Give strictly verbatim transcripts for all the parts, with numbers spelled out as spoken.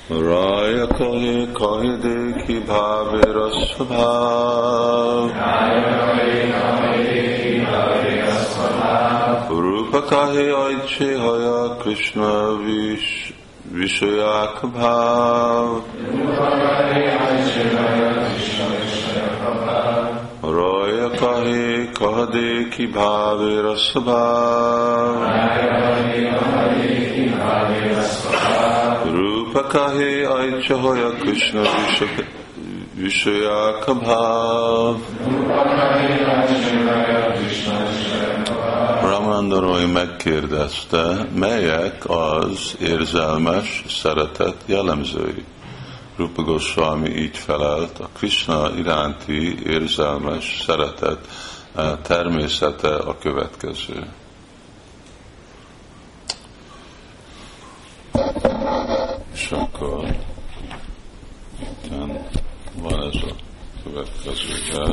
राय कहे कहे देखी भावे रस भाव रूप कहे ऐच्छे हया कृष्ण विषयाक भाव राय कहे कह देखी भावे रस भाव रूप कहे ऐच्छे हया कृष्ण विषयाक भाv. Ramananda Roy megkérdezte, melyek az érzelmes szeretet jellemzői. Rupa Goswami így felelt, a Krishna iránti érzelmes szeretet természete a következő. És akkor itten van ez a következő.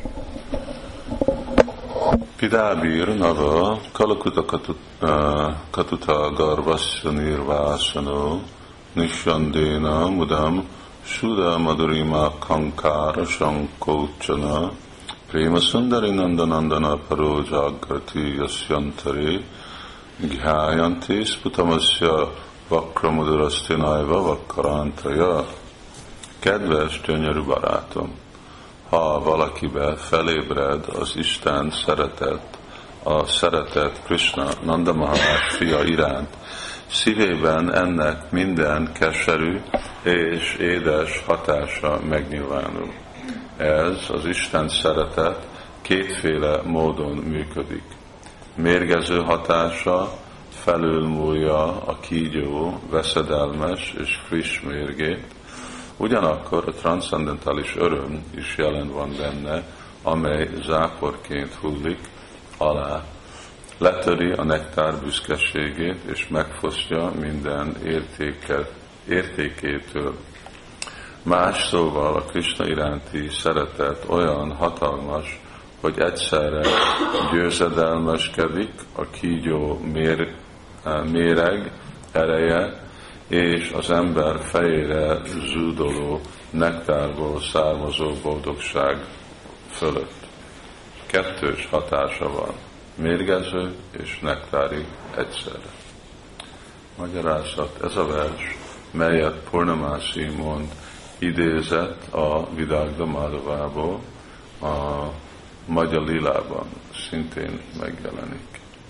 Pidábír nava kalakuta katuta garvasya nirvásanó nishandéna mudam suda madurima kankara sankócsana préma sundari nandanandana paro jagrati yasyantare gyájanti sputamasya vakramudurasztinajva vakkarantaja. Kedves, gyönyörű barátom! Ha valakibe felébred az Isten szeretet, a szeretet Krishna Nanda Maharaj fia iránt, szívében ennek minden keserű és édes hatása megnyilvánul. Ez az Isten szeretet kétféle módon működik. Mérgező hatása felülmúlja a kígyó, veszedelmes és friss mérgét, ugyanakkor a transzcendentális öröm is jelen van benne, amely záporként hullik alá, letöri a nektár büszkeségét, és megfosztja minden értéke, értékétől. Más szóval a Krishna iránti szeretet olyan hatalmas, hogy egyszerre győzedelmeskedik a kígyó mér, méreg ereje, és az ember fejére zúdoló nektárból származó boldogság fölött. Kettős hatása van, mérgező és nektári egyszerre. Magyarázat, ez a vers, melyet Purnamasi mond idézett a Vidágda Madhavából, a Magyar Lilában szintén megjelenik.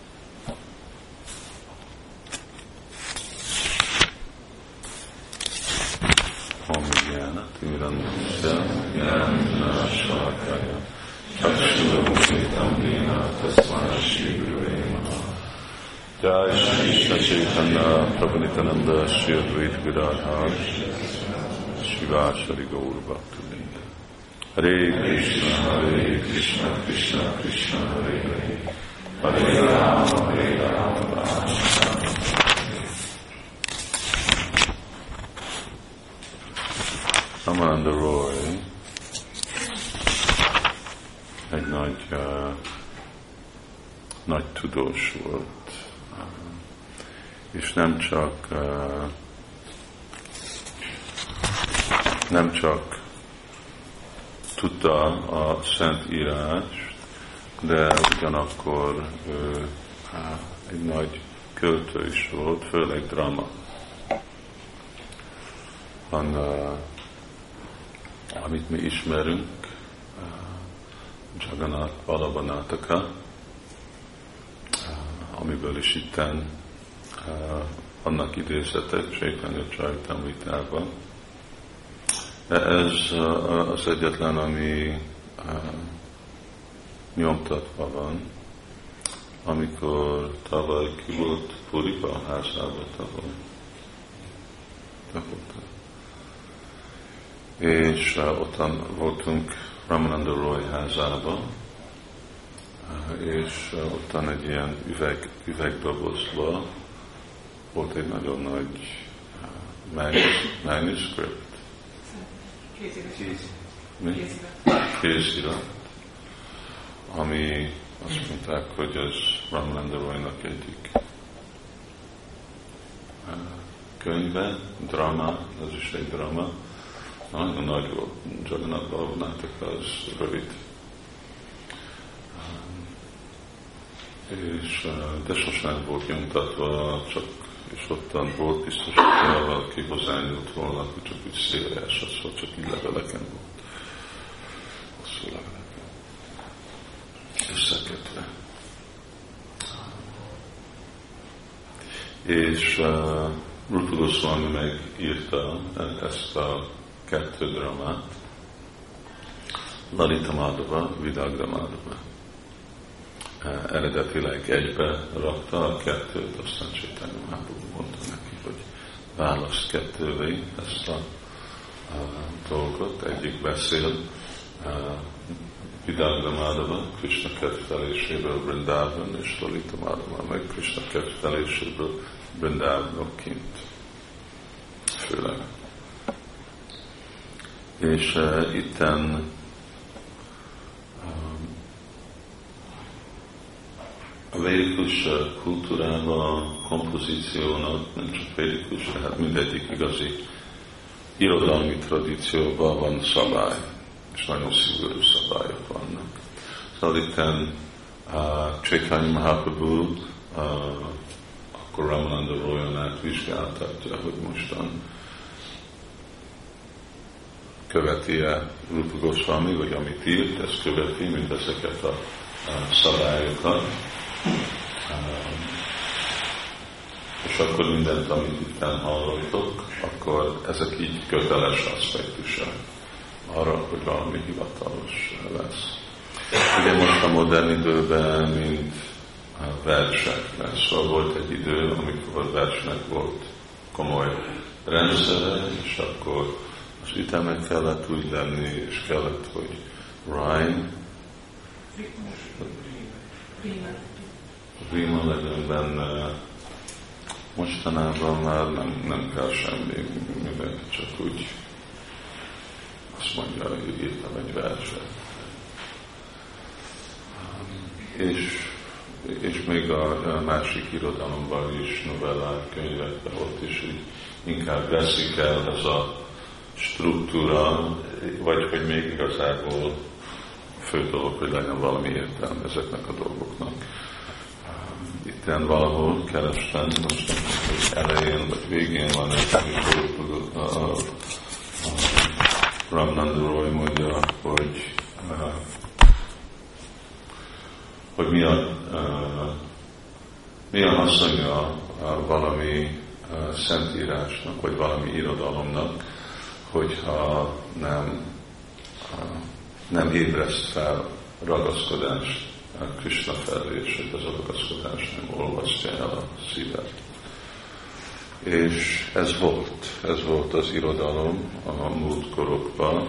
Omjana Tirandusya Jnana Shakaya Chakshudamukritam Dina Tasmana Shri Gurave Namaha. Jai Shri Chaitanya Prabhu-Nityananda Shri Advaita Gadadhar Shivashari Gaur Bhakta-vrinda. Hare Krishna, Hare Krishna, Krishna Krishna, Hare Hare, Hare Rama, Hare Rama, Rama Rama. Ramananda Roy egy nagy, uh, nagy tudós volt, uh, és nem csak uh, nem csak tudta a Szent Írást, de ugyanakkor ő uh, egy nagy költő is volt, főleg drama. Van, uh, amit mi ismerünk, Jagannath Balabanataka, amiből is itten vannak idézetek Chaitanya Charitamritában. De ez az egyetlen, ami nyomtatva van, amikor tavaly ki volt Puriba házába tavaly. És uh, ottan voltunk Ramananda Roy házában, uh, és uh, ottan egy ilyen üveg, üvegdobozba volt egy nagyon nagy uh, manuscript. Kézirat. Ami azt mondták, hogy ez Ramananda Roynak egyik uh, könyve, drama, ez is egy drama, nagyon nagy volt, Jagannath Balavának az rövid. És, de sosem volt nyomtatva, csak, és ottan volt biztos, hogy valaki hozzányúlt volna, hogy csak úgy szélre esett, szóval csak így leveleken volt. Hosszú leveleken. Összekötve. És uh, Rupa Goswami megírta ezt a kettő dramát, Lalita Madhava, Vidagra Madhava. Uh, eredetileg egybe rakta a kettőt, aztán Chaitanya Mahaprabhu mondta neki, hogy választ kettővé ezt a uh, dolgot. Egyik beszél uh, Vidagra Madhava, Krishna kedveléséből Vrindában, és Lalita Madhava meg Krishna kedveléséből Vrindában kint. Főleg. És uh, itten um, a védikus kultúrában, a kompozíciónak, nem csak védikus, tehát mindegyik igazi irodalmi tradícióban van szabály, és nagyon szigorú szabályok vannak. Szóval itten uh, Chaitanya Mahaprabhu uh, akkor Ramananda Royan átvizsgáltatja, hogy mostan követi-e Rupa Goswami, vagy amit írt, ezt követi, mint ezeket a, a szabályokat. Uh, és akkor mindent, amit itt hallottok, akkor ezek így köteles aspektusok arra, hogy valami hivatalos lesz. Ugye most a modern időben, mint versek, mert szóval volt egy idő, amikor versnek volt komoly rendszere, és akkor az ütemek kellett úgy lenni, és kellett, hogy rhyme, rima legyen benne. Mostanában már nem, nem kell semmi, mindenki csak úgy azt mondja, hogy írtam egy verset. És, és még a másik irodalomban is, novellák, könyvekben ott is így inkább veszik el ez a struktúra, vagy hogy még igazából fő dolog, hogy legyen valami értelme ezeknek a dolgoknak. Itten valahol kerestem, most elején vagy végén van egy, amikor a, a, a Ramananda Roy mondja, hogy, uh, hogy mi a, uh, mi a haszonja uh, valami uh, szentírásnak, vagy valami irodalomnak, hogyha nem, uh, nem ébreszt fel ragaszkodást Krishna felé, és hogy az a ragaszkodás nem olvasztja el a szívet. És ez volt, ez volt az irodalom a múltkorokban.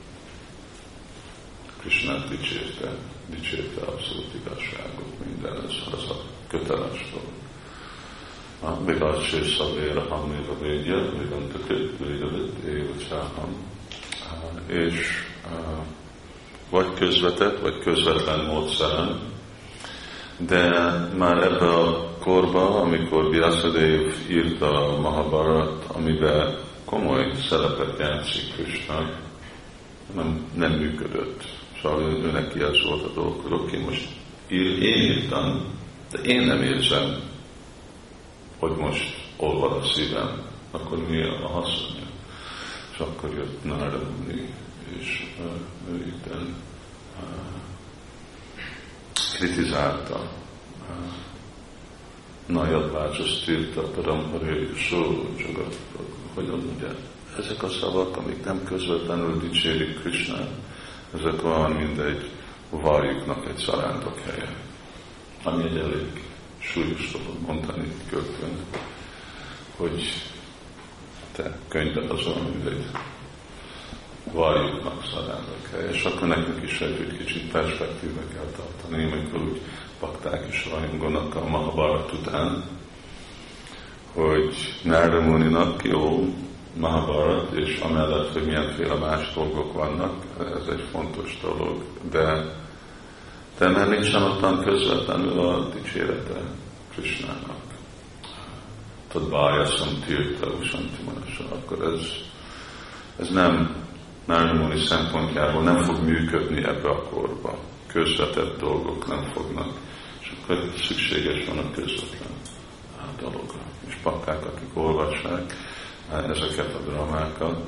Krishnát dicsérte, dicsérte abszolút igazságot, minden, ez az a köteles dolog. Vivacsé szavéra haméra védje, vidantaköt, védevét, évacsáham. És vagy közvetett, vagy közvetlen módszeren, de már ebben a korban, amikor Vyasadeva írta a Mahabharat, amiben komoly szerepet játszik Krishna, nem, nem működött. Szóval ő neki ez volt a dolog, hogy oké, most ír, én írtam, de én nem érzem, hogy most olvad a szívem, akkor mi a haszonja? És akkor jött Narada Muni, és uh, ő itten uh, kritizálta uh, Najadvácsos tilta, Paramharé, Só, Jagat, hogyan ugye, ezek a szavak, amik nem közvetlenül dicsérik Krishnát, ezek van mindegy varjuknak egy szarándok helye, ami egy elég súlyos dolog mondani költőnek, hogy te könyved az olyan, mint egy varjuknak szarándok helye, és akkor nekünk is egy, egy kicsit perspektíve kell tartani, amikor úgy bakták is rajonganak a Mahabharat után, hogy Narada Muninak jó Mahabharat, és amellett, hogy milyenféle más dolgok vannak, ez egy fontos dolog, de de mert nincsen ottan közvetlenül a dicsérete Krishnának. tadbájaszam tirta usantimanasa, akkor ez, ez nem Narada Muni szempontjából nem fog működni ebbe a korba. Közvetett dolgok nem fognak, és akkor szükséges van a közvetlen dologra. És pakkák, akik olvassák ezeket a dramákat,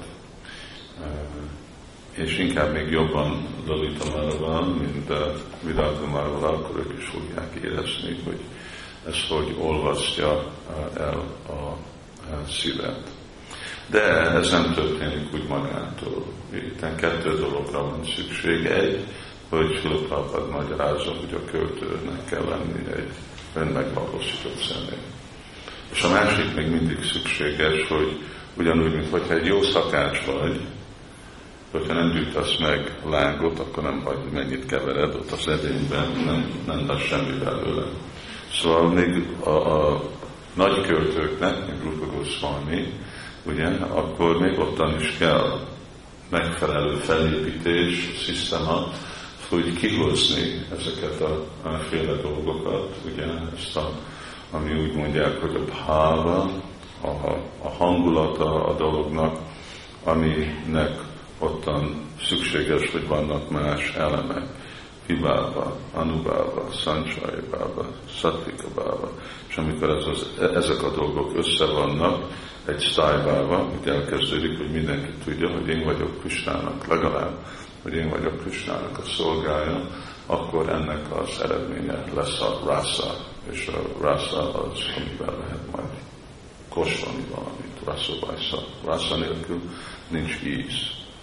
és inkább még jobban Lalita Márval, mint Vidanta Márval, akkor ők is fogják érezni, hogy ez hogy olvasztja el a szívet. De ez nem történik úgy magától. Itt kettő dologra van szükség. Egy, hogy Srila Prabhupád magyarázza, hogy a költőnek kell lenni egy önmegvalósított személy. És a másik még mindig szükséges, hogy ugyanúgy, mint hogyha egy jó szakács vagy, hogyha nem gyűjtesz meg lángot, akkor nem vagy, hogy mennyit kevered ott az edényben, nem, nem lesz semmi belőle. Szóval még a, a nagy költőknek, mint Rupa Goswami, ugye, akkor még ottan is kell megfelelő felépítés, szisztema, hogy kihozni ezeket a, a féle dolgokat, ugye, ezt a, ami úgy mondják, hogy a bháva, a, a hangulata a dolognak, aminek ottan szükséges, hogy vannak más elemek. Vibába, Anubába, Sancsajbába, Szatvikabába, és amikor ez az, ezek a dolgok össze vannak, egy sztájbába, hogy elkezdődik, hogy mindenki tudja, hogy én vagyok Krisnának, legalább, hogy én vagyok Krisnának a szolgája, akkor ennek az eredménye lesz a rasa, és a rasa az, amivel lehet majd kóstolni valamit, rasa vajsza. Rasa nélkül nincs íz.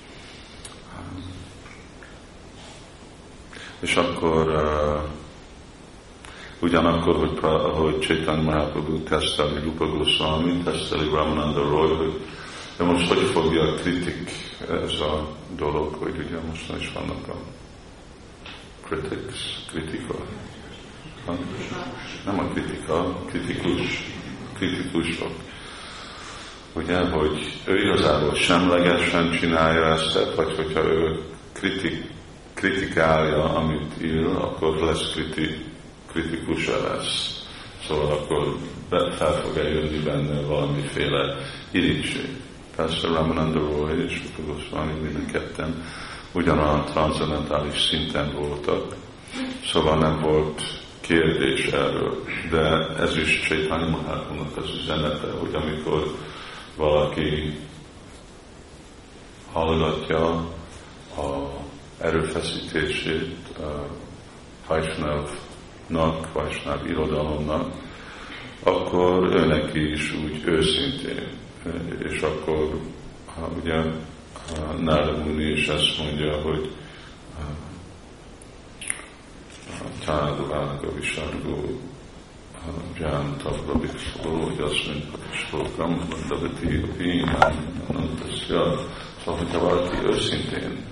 És akkor uh, ugyanakkor, hogy, hogy Chaitanya Mahaprabhu teszteli Rupa Goswami, teszteli Ramananda Roy, hogy de most hogy fogja kritik ez a dolog, hogy ugye most is vannak a critics, kritika. Ha? Nem a kritika, kritikus, kritikusok. Ugye, hogy ő igazából semlegesen csinálja ezt, vagy hogyha ő kritik, kritikálja, amit ír, akkor lesz kriti, kritikusa lesz. Szóval akkor be, fel fog eljönni benne valamiféle irítség. Persze Ramananda Roy és Rupa Goswami mind a ketten ugyanolyan transzendentális szinten voltak, szóval nem volt kérdés erről. De ez is Chaitanya Mahaprabhunak az üzenete, hogy amikor valaki hallgatja a erőfeszítését Vaishnavnak, Vaishnav irodalomnak, akkor őneki is úgy őszintén. És akkor ugye Narada Muni is ezt mondja, hogy Tánadvága Visargó Jántabra Bixoló, hogy azt mondja, hogy Slokam, Davati Vinán, Anantasya. Szóval, hogyha valaki őszintén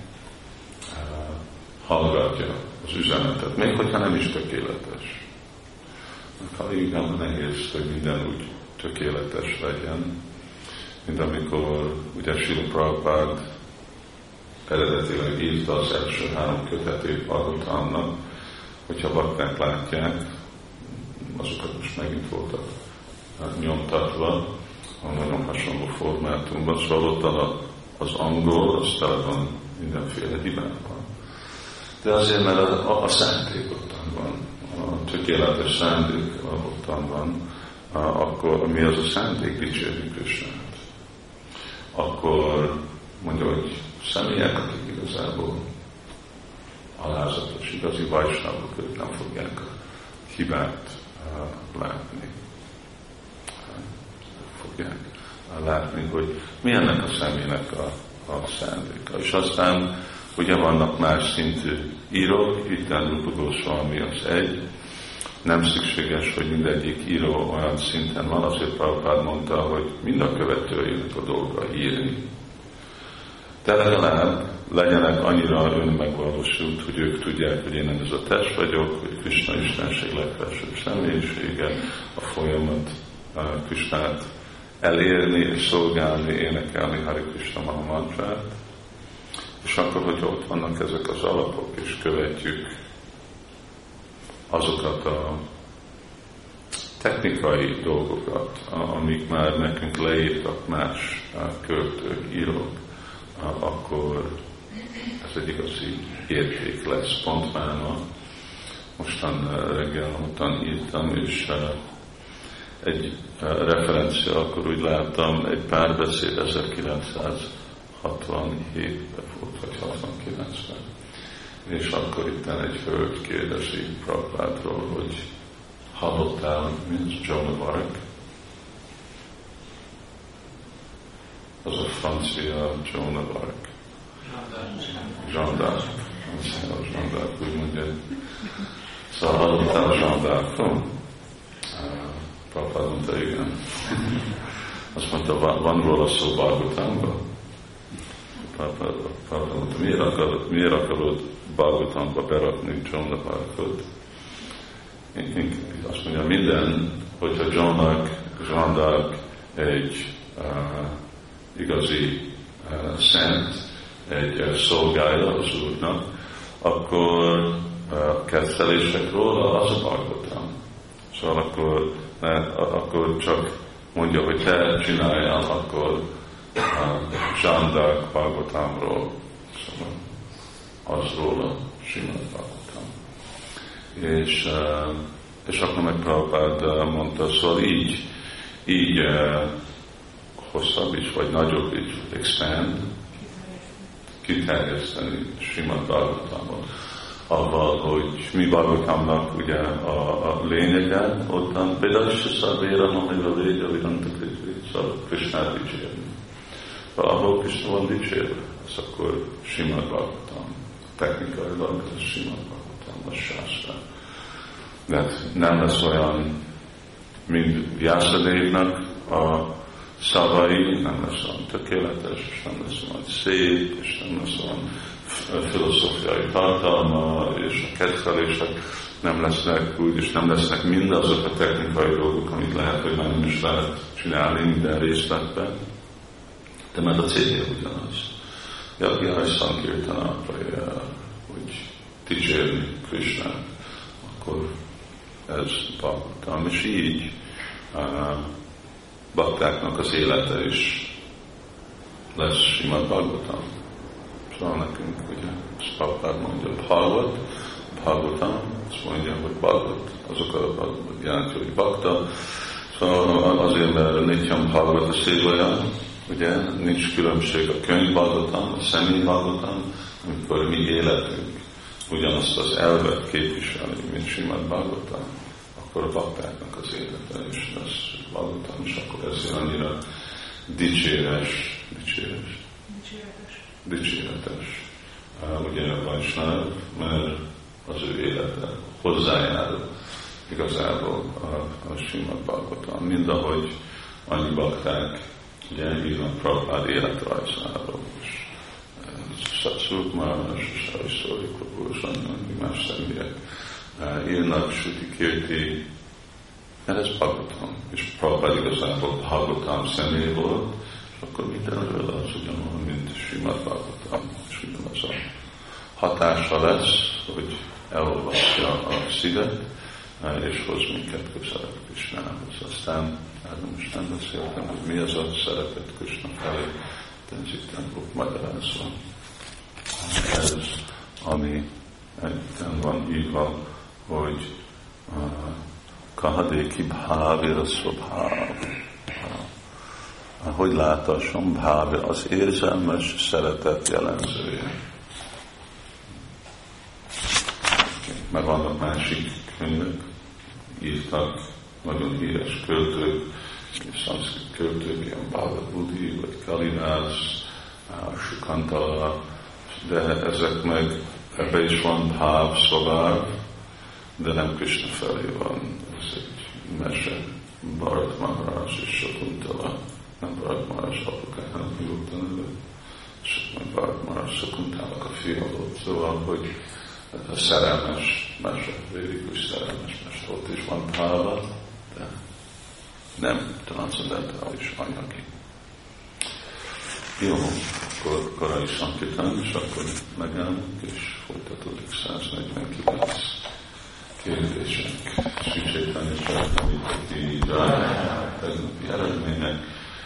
hallgatja az üzenetet, még hogyha nem is tökéletes. Ha igen, nehéz, hogy minden úgy tökéletes legyen, mint amikor ugye Srila Prabhupád eredetileg írta az első három kötetét Bhagavatamnak, hogyha bakták látják, azokat most megint voltak nyomtatva, a nagyon hasonló formátumban, szóval ott az angol, az tele van mindenféle hibában. De azért, mert a, a szándék ottan van, a tökéletes szándék ottan van, akkor mi az a szándék? Dicsérni Krisnát. Akkor mondja, hogy személyek, akik igazából alázatos, igazi vajsnavok, ők nem fogják a hibát uh, látni. Fogják uh, látni, hogy mi ennek a személynek a, a szándéka. És aztán ugye vannak más szintű írók, itt Rupa Goswami az egy, nem szükséges, hogy mindegyik író olyan szinten van, azért Prabhupád mondta, hogy mind a követőinek a dolga írni. De legalább legyenek annyira önmegvalósult, hogy ők tudják, hogy én nem ez a test vagyok, hogy Krisna Istenség legfelsőbb személyisége, a folyamat Krisnát elérni és szolgálni, énekelni Hare Krishna Maha Mantrát. És akkor, hogy ott vannak ezek az alapok, és követjük azokat a technikai dolgokat, amik már nekünk leírtak más költők, írók, akkor ez egy igazi érték lesz. Pont már ma, mostan reggel ottan írtam, és egy referencia, akkor úgy láttam, egy párbeszéd ezerkilencszázhatvanhétben volt, vagy hatvankilencben. És akkor itt egy hölgy kérdezi Prabhupádról, hogy hallottál, mint Joan of Arc? Az a francia Joan of Arc. Jean d'Arc. Jean d'Arc, úgy mondja. Szóval hallottál Jean d'Arcról? Prabhupád mondta, igen. Azt mondta, van róla szó Bhagavatamban? Prabhupád mondta, miért akarod, miért akarod Bhagavatamba berakni Joan of Arcot? Azt mondja, minden, hogyha Joan d'Arc egy uh, igazi uh, szent, egy uh, szolgája az Úrnak, akkor uh, kettelések róla az a Bhagavatam. Szóval akkor, ne, akkor csak mondja, hogy te csináljál, akkor uh, Jean d'Arc Bhagavatamról, szóval az róla Srimad Bhagavatam. És, és akkor meg Prabhupád mondta, szóval így, így hosszabb is, vagy nagyobb is, expand, kiterjeszteni Srimad Bhagavatamot, avval, hogy mi Bhagavatamnak ugye a, a lényege, ottan Vedasya Véra, Hamira Védja, Vidantakritvi, szóval Krishnát dicsérni. Ahol Krishna van dicsérve, az akkor Srimad Bhagavatam, technikailag ez Srimad Bhagavatam. A sászra. De nem lesz olyan, mint Vyasadevnak a szavai, nem lesz olyan tökéletes, és nem lesz olyan szép, és nem lesz olyan filozófiai tartalma, és a kettelések nem lesznek úgy, és nem lesznek mindazok a technikai dolgok, amit lehet, hogy nem is lehet csinálni minden részletben, de mert a célja ugyanaz. Jagya Sankirtana, hogy dicsérni Krishnát, akkor ez Bhagavatam. És így uh, baktáknak az élete is lesz Srimad Bhagavatam. Szóval nekünk ugye Prabhupád mondja, hogy Bhagavat, Bhagavatam, azt mondja, hogy Bhagavat, azok a jelenti, hogy bakta. Szóval azért, mert Nityam Bhagavata Szévaja, ugye nincs különbség a könyv Bhagavatam, a személy Bhagavatam, amikor mi életünk ugyanazt az elvet képviselni, mint Srimad Bhagavatam, akkor a baktáknak az élete is lesz Bhagavatam, és akkor ez annyira dicséres, dicséres, dicséretes, dicséretes. Uh, ugye a Vajsnáv, mert az ő élete hozzájárul igazából a, a Srimad Bhagavatam, mind ahogy annyi bakták ugye írnak Prabhupád életrajzáról is. Satsrup Maharaj, Sajszóri Prabhu, más személyek írnak, Suti Kirti, mert ez Bhagavatam, és Prabhupád igazából Bhagavatam személy volt, és akkor mindenről az ugyanolyan, mint Srimad Bhagavatam, és ugyanaz a hatása lesz, hogy elolvasja a szívet, és hoz minket közelebb Krishnához. Aztán erről most nem beszéltem, hogy mi az a szeretet Krishna felé, tenzitten volt magyarázva. Ez, ami egyben van írva, hogy Kahadéki Bhávira Szobháv. Hogy látasson Bhávi, az érzelmes szeretet jellemzője. Mert vannak másik könyvek, írtak nagyon híres költők, szanszkrit költők, ilyen Bhagavad Budi, vagy Kalidász, Sukantala, de ezek meg, ebbe is van Bháv, Szobáv, de nem Krishna felé van. Ez egy mese, Bharat Maharaj és Sakuntala. Nem Bharat Maharaj apukának nyugodtan neve, és Bharat Maharaj Sakuntának a fia volt. Szóval, hogy ez a szerelmes mese, védikus szerelmes mese, ott is van Bháva, de nem transzendentális anyagi. Jó, akkor Karai Sankirtán, és akkor megállunk, és folytatódik száznegyvenkilenc. Kérdések. Sri Chaitanya Charitamrita-ki jaj, tegnapi eredmények.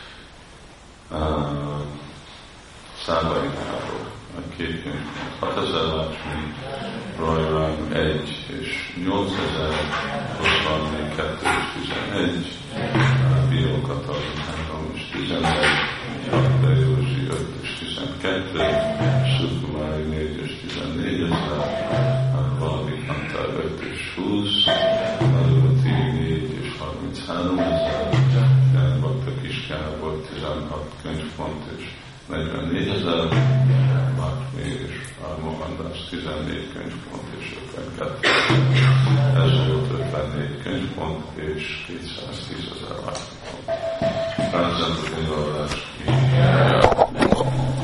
Uh, Szávainkáról, két könyv, hatezer Lakshmi, Rajrang egy és nyolcezer, Goswami kettő és tizenegy, Bíró Katalin három és tizenegy, Bhakta Józsi öt és tizenkettő, Sukumári négy és tizennégy ezer, Valami Kantár öt és húsz, Madhuvati négy és harminchárom ezer, Bhakta Kis Gábor tizenhat könyvpont és negyvennégy ezer, Lakshmi és Mohandas tizennégy könyvpont és ötvenkettő. Ez volt ötvennégy könyvpont és kétszáztíz ezer Lakshmi pont. Rászent a könyvalás